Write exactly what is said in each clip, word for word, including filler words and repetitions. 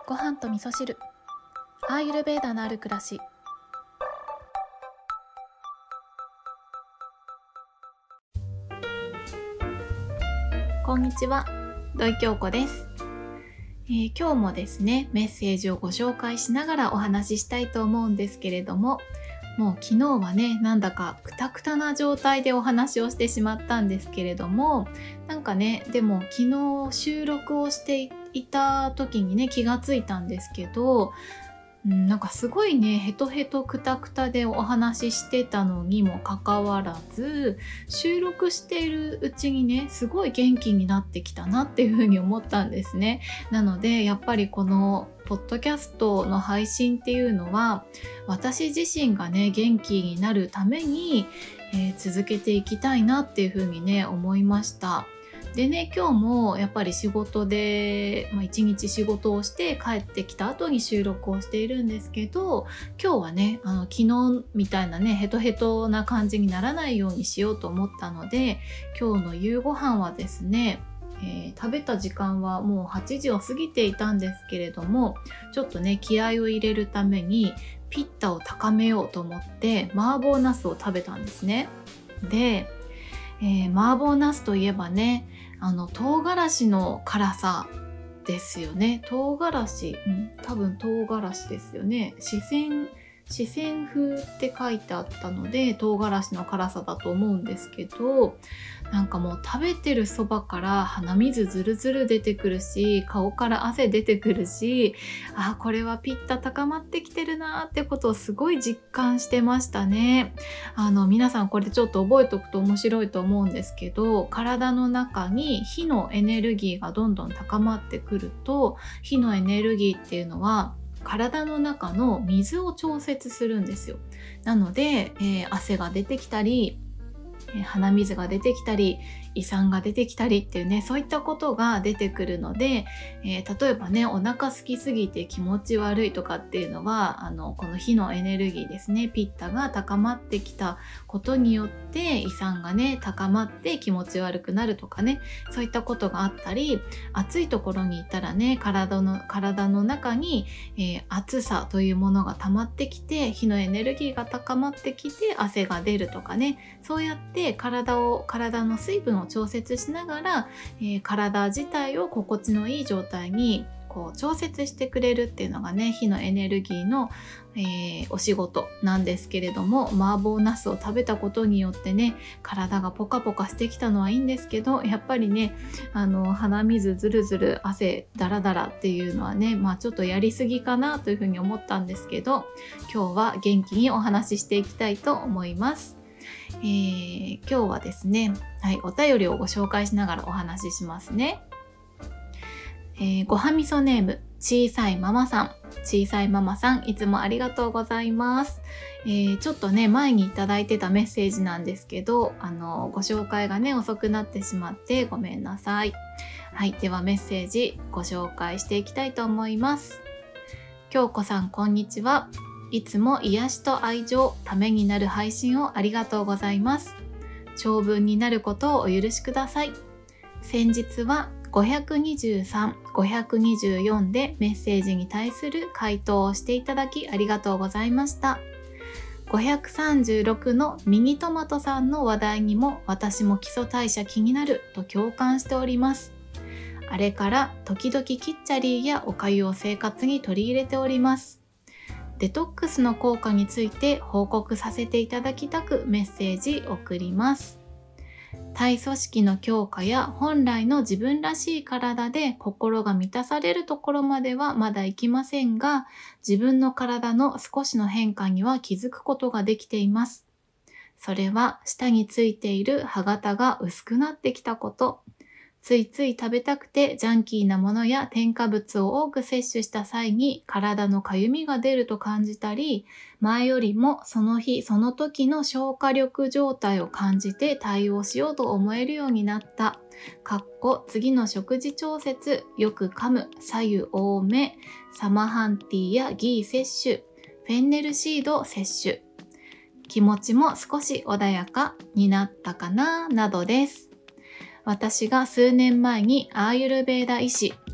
ご飯と味噌汁、アーユルヴェーダのある暮らし。こんにちは、土井京子です。えー、今日もですねメッセージをご紹介しながらお話ししたいと思うんですけれども、もう昨日はねなんだかクタクタな状態でお話をしてしまったんですけれども、なんかねでも昨日収録をしていた時にね気がついたんですけど、うん、なんかすごいねヘトヘトクタクタでお話ししてたのにもかかわらず、収録しているうちにねすごい元気になってきたなっていうふうに思ったんですね。なのでやっぱりこのポッドキャストの配信っていうのは私自身がね元気になるために、えー、続けていきたいなっていうふうにね思いました。でね今日もやっぱり仕事で、まあ、一日仕事をして帰ってきた後に収録をしているんですけど、今日はねあの昨日みたいなねヘトヘトな感じにならないようにしようと思ったので、今日の夕ご飯はですね、えー、食べた時間はもうはちじを過ぎていたんですけれども、ちょっとね気合を入れるためにピッタを高めようと思って麻婆茄子を食べたんですね。でえー、麻婆茄子といえばねあの唐辛子の辛さですよね。唐辛子、うん、多分唐辛子ですよね。四川四川風って書いてあったので唐辛子の辛さだと思うんですけど、なんかもう食べてるそばから鼻水ずるずる出てくるし、顔から汗出てくるし、あこれはピッタ高まってきてるなってことをすごい実感してましたね。あの皆さんこれちょっと覚えておくと面白いと思うんですけど、体の中に火のエネルギーがどんどん高まってくると、火のエネルギーっていうのは体の中の水を調節するんですよ。なので、えー、汗が出てきたり、えー、鼻水が出てきたり、胃酸が出てきたりっていうね、そういったことが出てくるので、えー、例えばねお腹空きすぎて気持ち悪いとかっていうのは、あのこの火のエネルギーですね、ピッタが高まってきたことによって胃酸がね高まって気持ち悪くなるとかね、そういったことがあったり、暑いところにいたらね体の体の中に、えー、暑さというものが溜まってきて火のエネルギーが高まってきて汗が出るとかね、そうやって体を体の水分を調節しながら、えー、体自体を心地のいい状態にこう調節してくれるっていうのがね火のエネルギーの、えー、お仕事なんですけれども、麻婆茄子を食べたことによってね体がポカポカしてきたのはいいんですけど、やっぱりねあの鼻水ずるずる汗ダラダラっていうのはね、まあちょっとやりすぎかなというふうに思ったんですけど、今日は元気にお話ししていきたいと思います。えー、今日はですね、はい、お便りをご紹介しながらお話ししますね。えー、ごはみそネーム小さいママさん、小さいママさんいつもありがとうございます。えー、ちょっとね前にいただいてたメッセージなんですけど、あのご紹介がね遅くなってしまってごめんなさい。はい、ではメッセージご紹介していきたいと思います。京子さんこんにちは。いつも癒しと愛情、ためになる配信をありがとうございます。長文になることをお許しください。先日はごひゃくにじゅうさん、ごひゃくにじゅうよんでメッセージに対する回答をしていただきありがとうございました。ごひゃくさんじゅうろくのミニトマトさんの話題にも私も基礎代謝気になると共感しております。あれから時々キッチャリーやおかゆを生活に取り入れております。デトックスの効果について報告させていただきたくメッセージ送ります。体組織の強化や本来の自分らしい体で心が満たされるところまではまだ行きませんが、自分の体の少しの変化には気づくことができています。それは舌についている歯型が薄くなってきたこと、ついつい食べたくてジャンキーなものや添加物を多く摂取した際に体のかゆみが出ると感じたり、前よりもその日その時の消化力状態を感じて対応しようと思えるようになった。かっこ次の食事調節、よく噛む、左右多め、サマハンティーやギー摂取、フェンネルシード摂取。気持ちも少し穏やかになったかな、などです。私が数年前にアーユルヴェーダ医師、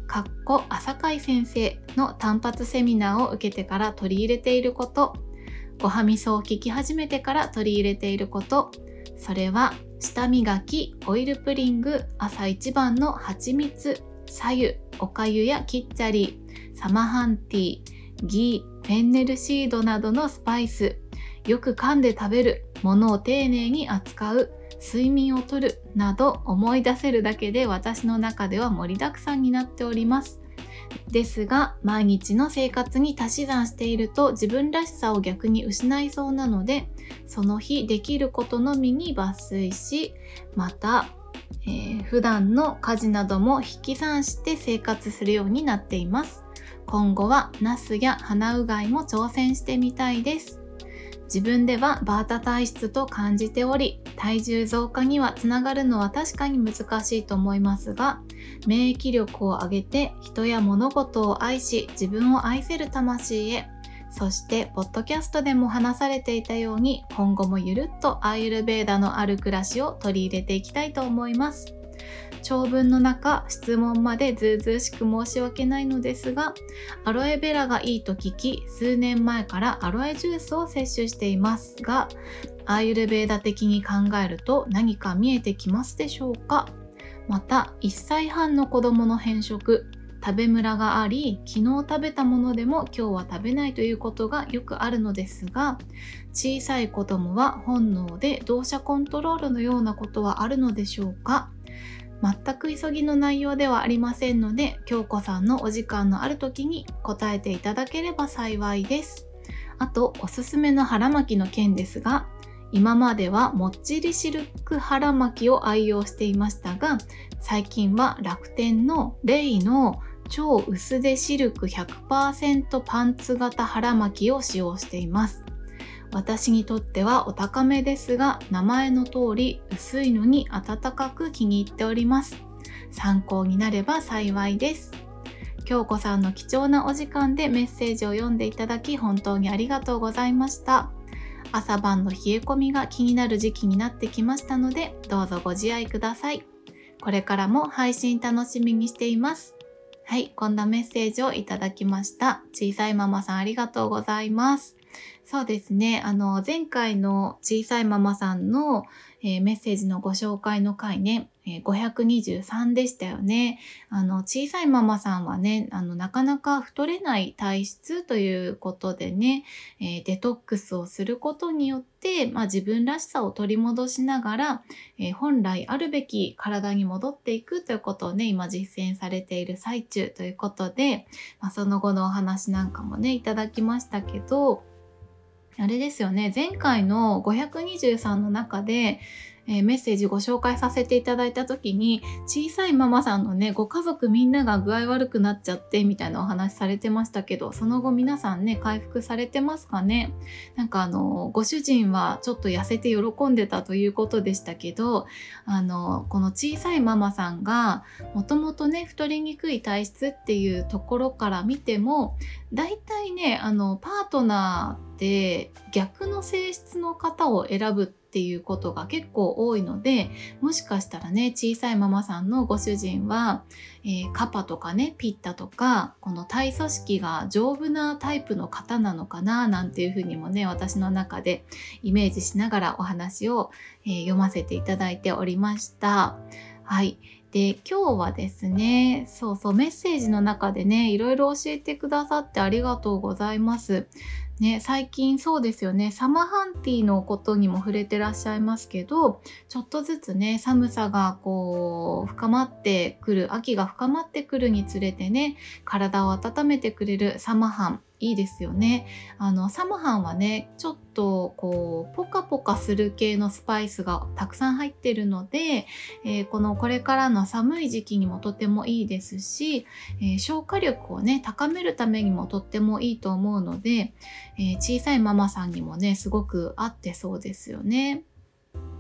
かっこ朝会先生の単発セミナーを受けてから取り入れていること、ごはみそを聞き始めてから取り入れていること、それは舌磨き、オイルプリング、朝一番の蜂蜜、白湯、おかゆやキッチャリー、サマハンティー、ギー、フェンネルシードなどのスパイス、よく噛んで食べる、物を丁寧に扱う、睡眠をとるなど思い出せるだけで私の中では盛りだくさんになっております。ですが毎日の生活に足し算していると自分らしさを逆に失いそうなので、その日できることのみに抜粋し、また、えー、普段の家事なども引き算して生活するようになっています。今後はナスや鼻うがいも挑戦してみたいです。自分ではバータ体質と感じており、体重増加にはつながるのは確かに難しいと思いますが、免疫力を上げて人や物事を愛し、自分を愛せる魂へ、そしてポッドキャストでも話されていたように、今後もゆるっとアーユルヴェーダのある暮らしを取り入れていきたいと思います。長文の中、質問までずうずうしく申し訳ないのですが、アロエベラがいいと聞き、数年前からアロエジュースを摂取していますが、アーユルヴェーダ的に考えると何か見えてきますでしょうか。また、いっさいはんの子供の偏食、食べムラがあり、昨日食べたものでも今日は食べないということがよくあるのですが、小さい子供は本能で動作コントロールのようなことはあるのでしょうか。全く急ぎの内容ではありませんので、京子さんのお時間のある時に答えていただければ幸いです。あと、おすすめの腹巻きの件ですが、今まではもっちりシルク腹巻きを愛用していましたが、最近は楽天のレイの超薄手シルク ひゃくパーセント パンツ型腹巻きを使用しています。私にとってはお高めですが、名前の通り薄いのに暖かく気に入っております。参考になれば幸いです。京子さんの貴重なお時間でメッセージを読んでいただき本当にありがとうございました。朝晩の冷え込みが気になる時期になってきましたので、どうぞご自愛ください。これからも配信楽しみにしています。はい、こんなメッセージをいただきました。小さいママさんありがとうございます。そうですね。あの、前回の小さいママさんの、えー、メッセージのご紹介の回ね、えー、ごひゃくにじゅうさんでしたよね。あの、小さいママさんはね、あの、なかなか太れない体質ということでね、えー、デトックスをすることによって、まあ、自分らしさを取り戻しながら、えー、本来あるべき体に戻っていくということをね、今実践されている最中ということで、まあ、その後のお話なんかもね、いただきましたけど、あれですよね、前回のごひゃくにじゅうさんの中で、えー、メッセージご紹介させていただいた時に、小さいママさんのね、ご家族みんなが具合悪くなっちゃってみたいなお話されてましたけど、その後皆さんね、回復されてますかね。なんかあの、ご主人はちょっと痩せて喜んでたということでしたけど、あの、この小さいママさんが、もともとね、太りにくい体質っていうところから見ても、だいたいね、あの、パートナーって逆の性質の方を選ぶっていうことが結構多いので、もしかしたらね、小さいママさんのご主人は、えー、カパとかね、ピッタとか、この体組織が丈夫なタイプの方なのかな、なんていうふうにもね、私の中でイメージしながらお話を、えー、読ませていただいておりました。はい。で、今日はですね、そうそう、メッセージの中でね、いろいろ教えてくださってありがとうございます。ね、最近そうですよね、サマハンティのことにも触れてらっしゃいますけど、ちょっとずつね、寒さがこう深まってくる、秋が深まってくるにつれてね、体を温めてくれるサマハン、いいですよね。あのサマハンはね、ちょっとこうポカポカする系のスパイスがたくさん入ってるので、えー、このこれからの寒い時期にもとてもいいですし、えー、消化力をね高めるためにもとってもいいと思うので、えー、小さいママさんにもねすごく合ってそうですよね。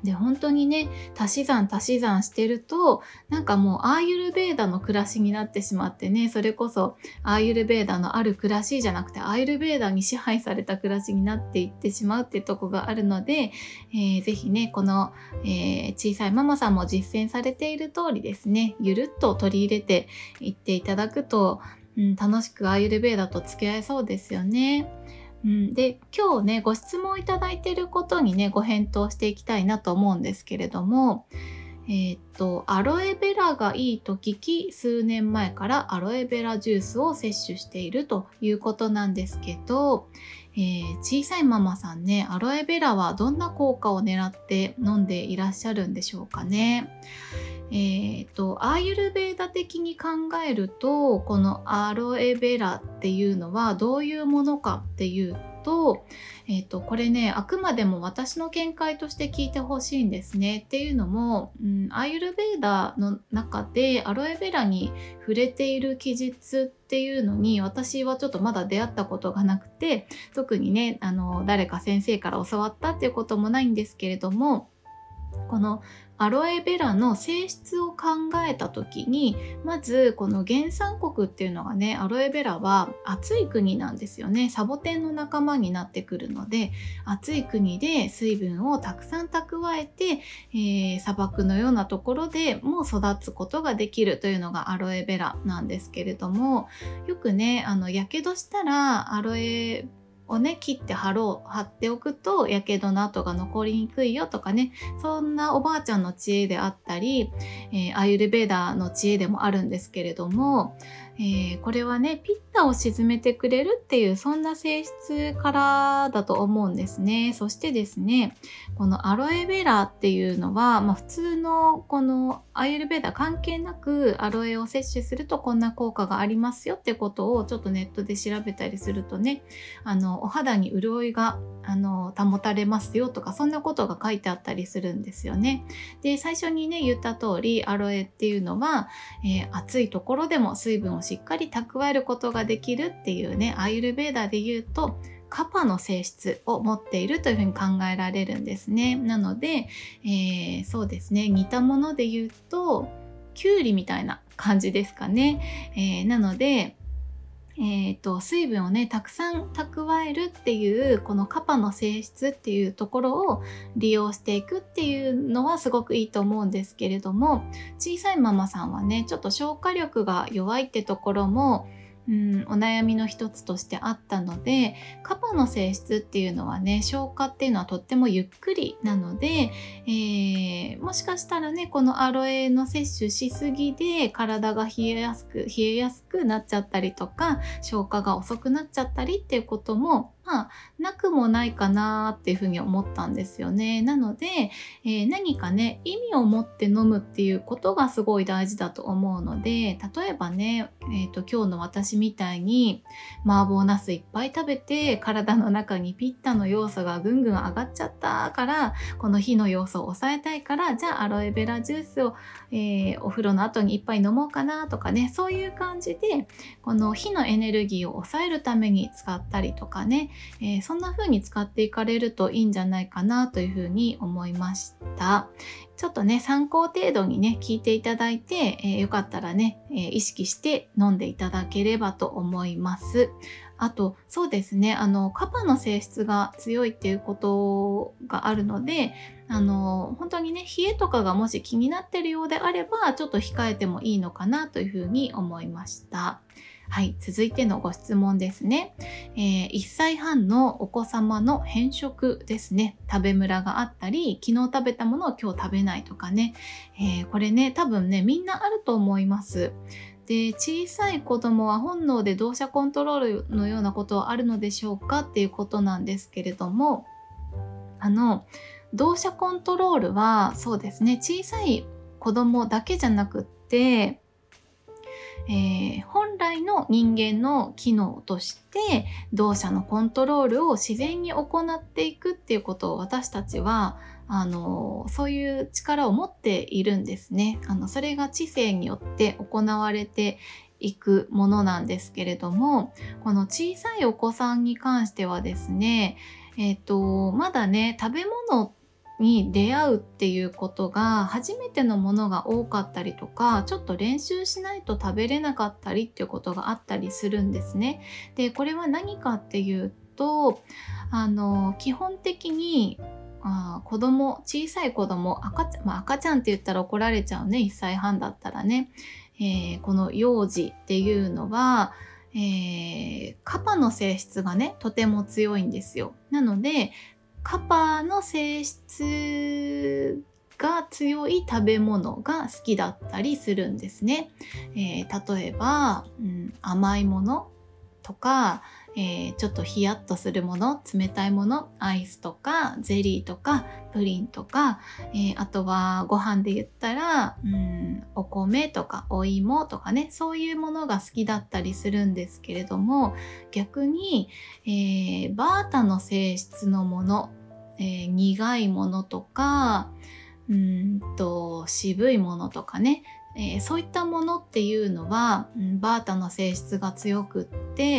で本当にね、足し算足し算してるとなんかもうアーユルベーダの暮らしになってしまってね、それこそアーユルベーダのある暮らしじゃなくてアーユルベーダに支配された暮らしになっていってしまうっていうとこがあるので、えー、ぜひねこの、えー、小さいママさんも実践されている通りですね、ゆるっと取り入れていっていただくと、うん、楽しくアーユルベーダと付き合えそうですよね。うん、で今日ねご質問いただいていることにねご返答していきたいなと思うんですけれども、えーっとアロエベラがいいと聞き数年前からアロエベラジュースを摂取しているということなんですけど、えー、小さいママさんね、アロエベラはどんな効果を狙って飲んでいらっしゃるんでしょうかね。えーと、アーユルベーダ的に考えると、このアロエベラっていうのはどういうものかっていうと、えーと、これね、あくまでも私の見解として聞いてほしいんですね。っていうのも、うん、アーユルベーダの中でアロエベラに触れている記述っていうのに私はちょっとまだ出会ったことがなくて、特にね、あの誰か先生から教わったっていうこともないんですけれども、このアロエベラの性質を考えた時に、まずこの原産国っていうのがね、アロエベラは暑い国なんですよね。サボテンの仲間になってくるので、暑い国で水分をたくさん蓄えて、えー、砂漠のようなところでも育つことができるというのがアロエベラなんですけれども、よくね、あのやけどしたらアロエをね切って貼ろう貼っておくとやけどの跡が残りにくいよとかね、そんなおばあちゃんの知恵であったり、えー、アーユルベーダの知恵でもあるんですけれども、えー、これはねピッタを沈めてくれるっていうそんな性質からだと思うんですね。そしてですね、このアロエベラっていうのは、まあ、普通のこのアーユルベーダ関係なくアロエを摂取するとこんな効果がありますよってことをちょっとネットで調べたりするとね、あのお肌に潤いがあの保たれますよとか、そんなことが書いてあったりするんですよね。で最初にね言った通り、アロエっていうのは、えー、暑いところでも水分をしっかり蓄えることができるっていうね、アーユルベーダで言うとカパの性質を持っているというふうに考えられるんですね。なので、えー、そうですね、似たもので言うとキュウリみたいな感じですかね。えー、なのでえーと、水分をねたくさん蓄えるっていうこのカパの性質っていうところを利用していくっていうのはすごくいいと思うんですけれども、小さいママさんはねちょっと消化力が弱いってところもうん、お悩みの一つとしてあったので、カパの性質っていうのはね、消化っていうのはとってもゆっくりなので、えー、もしかしたらねこのアロエの摂取しすぎで体が冷えやすく冷えやすくなっちゃったりとか、消化が遅くなっちゃったりっていうこともまあなくもないかなっていうふうに思ったんですよね。なので、えー、何かね意味を持って飲むっていうことがすごい大事だと思うので、例えばね、えーと、今日の私みたいに麻婆茄子いっぱい食べて体の中にピッタの要素がぐんぐん上がっちゃったから、この火の要素を抑えたいから、じゃあアロエベラジュースを、えー、お風呂の後にいっぱい飲もうかなとかね、そういう感じでこの火のエネルギーを抑えるために使ったりとかね、えー、そんな風に使っていかれるといいんじゃないかなという風に思いました。ちょっとね参考程度にね聞いていただいて、えー、よかったらね、えー、意識して飲んでいただければと思います。あとそうですね、あのカパの性質が強いっていうことがあるので、あの本当にね冷えとかがもし気になってるようであればちょっと控えてもいいのかなというふうに思いました。はい、続いてのご質問ですね。えー、いっさいはんのお子様の偏食ですね。食べムラがあったり、昨日食べたものを今日食べないとかね、えー、これね多分ねみんなあると思います。で、小さい子供は本能で動作コントロールのようなことはあるのでしょうかっていうことなんですけれども、あの動作コントロールはそうですね、小さい子供だけじゃなくって、えー、本来の人間の機能として動作のコントロールを自然に行っていくっていうことを私たちはあのそういう力を持っているんですね。あのそれが知性によって行われていくものなんですけれども、この小さいお子さんに関してはですね、えーと、まだね食べ物に出会うっていうことが初めてのものが多かったりとか、ちょっと練習しないと食べれなかったりっていうことがあったりするんですね。でこれは何かっていうと、あの基本的にあ子供小さい子供赤ちゃん、まあ、赤ちゃんって言ったら怒られちゃうね、いっさいはんだったらね、えー、この幼児っていうのは、えー、カパの性質がねとても強いんですよ。なのでカパの性質が強い食べ物が好きだったりするんですね。えー、例えば、うん、甘いものとか、えー、ちょっとヒヤッとするもの、冷たいもの、アイスとかゼリーとかプリンとか、えー、あとはご飯で言ったら、うん、お米とかお芋とかね、そういうものが好きだったりするんですけれども、逆に、えー、バータの性質のもの、えー、苦いものとか、うんと渋いものとかね、えー、そういったものっていうのは、うん、バータの性質が強くって、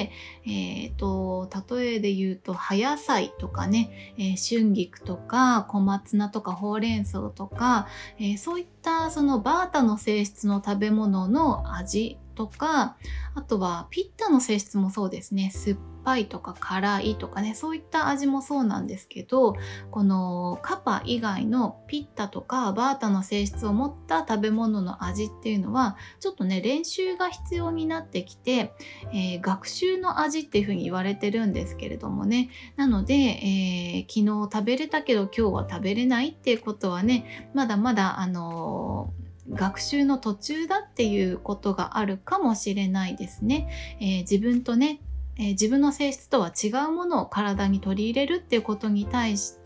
えー、と例えで言うと葉野菜とかね、えー、春菊とか小松菜とかほうれん草とか、えー、そういったそのバータの性質の食べ物の味とか、あとはピッタの性質もそうですね、酸っぱいとか辛いとかね、そういった味もそうなんですけど、このカパ以外のピッタとかバータの性質を持った食べ物の味っていうのはちょっとね練習が必要になってきて、えー、学習の味っていうふうに言われてるんですけれどもね、なので、えー、昨日食べれたけど今日は食べれないっていうことはね、まだまだあのー学習の途中だっていうことがあるかもしれないですね。えー、自分とね、えー、自分の性質とは違うものを体に取り入れるっていうことに対して、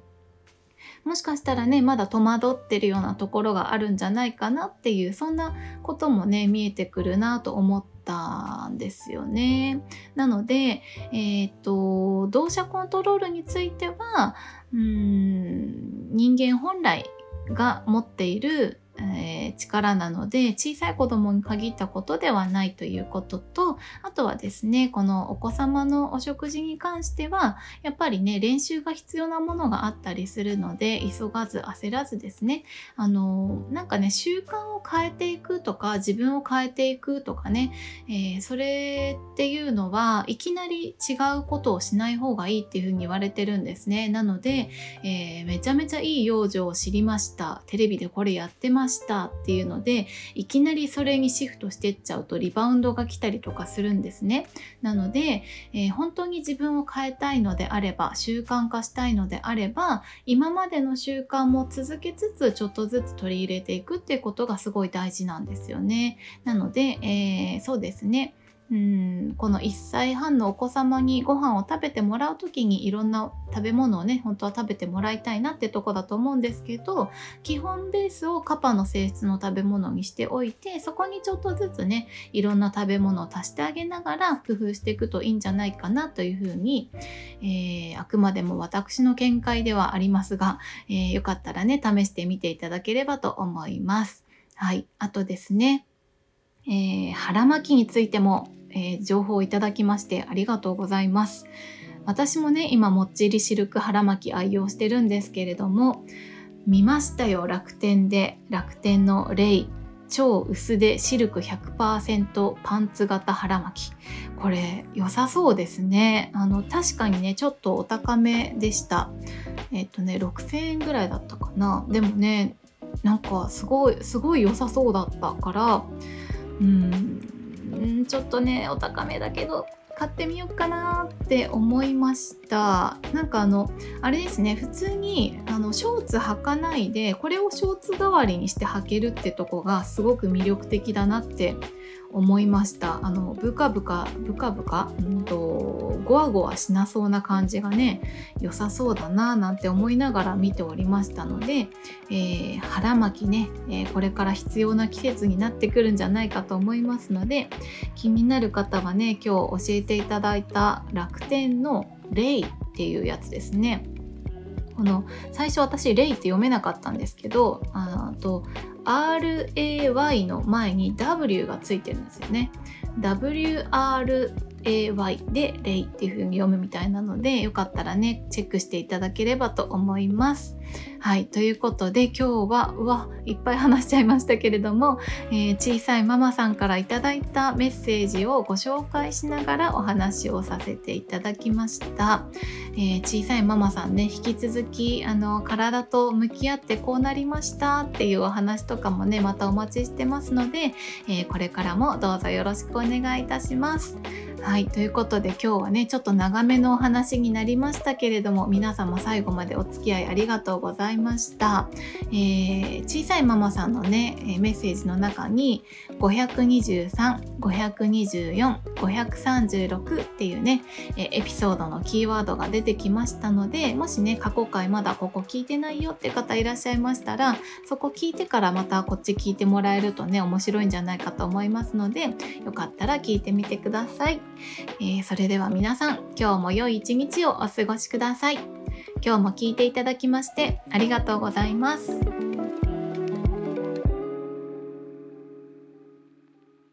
もしかしたらねまだ戸惑ってるようなところがあるんじゃないかなっていう、そんなこともね見えてくるなと思ったんですよね。なので、えー、っと動作コントロールについては、うーん人間本来が持っているえー、力なので、小さい子供に限ったことではないということと、あとはですね、このお子様のお食事に関してはやっぱりね練習が必要なものがあったりするので、急がず焦らずですね、あのー、なんかね習慣を変えていくとか自分を変えていくとかね、えー、それっていうのはいきなり違うことをしない方がいいっていうふうに言われてるんですね。なので、えー、めちゃめちゃいい養生を知りました、テレビでこれやってましたっていうのでいきなりそれにシフトしてっちゃうとリバウンドが来たりとかするんですね。なので、えー、本当に自分を変えたいのであれば、習慣化したいのであれば、今までの習慣も続けつつちょっとずつ取り入れていくっていうことがすごい大事なんですよね。なので、えー、そうですね、うんこのいっさいはんのお子様にご飯を食べてもらう時にいろんな食べ物をね本当は食べてもらいたいなってとこだと思うんですけど、基本ベースをカパの性質の食べ物にしておいて、そこにちょっとずつねいろんな食べ物を足してあげながら工夫していくといいんじゃないかなというふうに、えー、あくまでも私の見解ではありますが、えー、よかったらね試してみていただければと思います。はい、あとですね、えー、腹巻きについてもえー、情報をいただきましてありがとうございます。私もね今もっちりシルク腹巻き愛用してるんですけれども、見ましたよ、楽天で。楽天のレイ超薄手シルク ひゃくパーセント パンツ型腹巻き、これ良さそうですね。あの確かにねちょっとお高めでした。えっとねろくせんえんぐらいだったかな。でもねなんかすごいすごい良さそうだったから、うんんちょっとねお高めだけど買ってみようかなって思いました。なんかあのあれですね、普通にあのショーツ履かないでこれをショーツ代わりにして履けるってとこがすごく魅力的だなって思いました。あのブカブカブカブカうんとゴワゴワしなそうな感じがね良さそうだななんて思いながら見ておりましたので、えー、腹巻きね、えー、これから必要な季節になってくるんじゃないかと思いますので、気になる方はね今日教えていただいた楽天のレイっていうやつですね。この最初私レイって読めなかったんですけど、あとアールエーワイ の前に ダブリュー がついてるんですよね。ダブリューアールエーワイ でレイっていう風に読むみたいなので、よかったらねチェックしていただければと思います。はい、ということで今日はうわいっぱい話しちゃいましたけれども、えー、小さいママさんからいただいたメッセージをご紹介しながらお話をさせていただきました。えー、小さいママさんね、引き続きあの体と向き合ってこうなりましたっていうお話とかもねまたお待ちしてますので、えー、これからもどうぞよろしくお願いいたします。はい、ということで今日はねちょっと長めのお話になりましたけれども、皆様最後までお付き合いありがとうございました。えー、小さいママさんのねメッセージの中にごひゃくにじゅうさん、ごひゃくにじゅうよん、ごひゃくさんじゅうろくっていうねエピソードのキーワードが出てきましたので、もしね過去回まだここ聞いてないよって方いらっしゃいましたら、そこ聞いてからまたこっち聞いてもらえるとね面白いんじゃないかと思いますので、よかったら聞いてみてください。えー、それでは皆さん今日も良い一日をお過ごしください。今日も聞いていただきましてありがとうございます。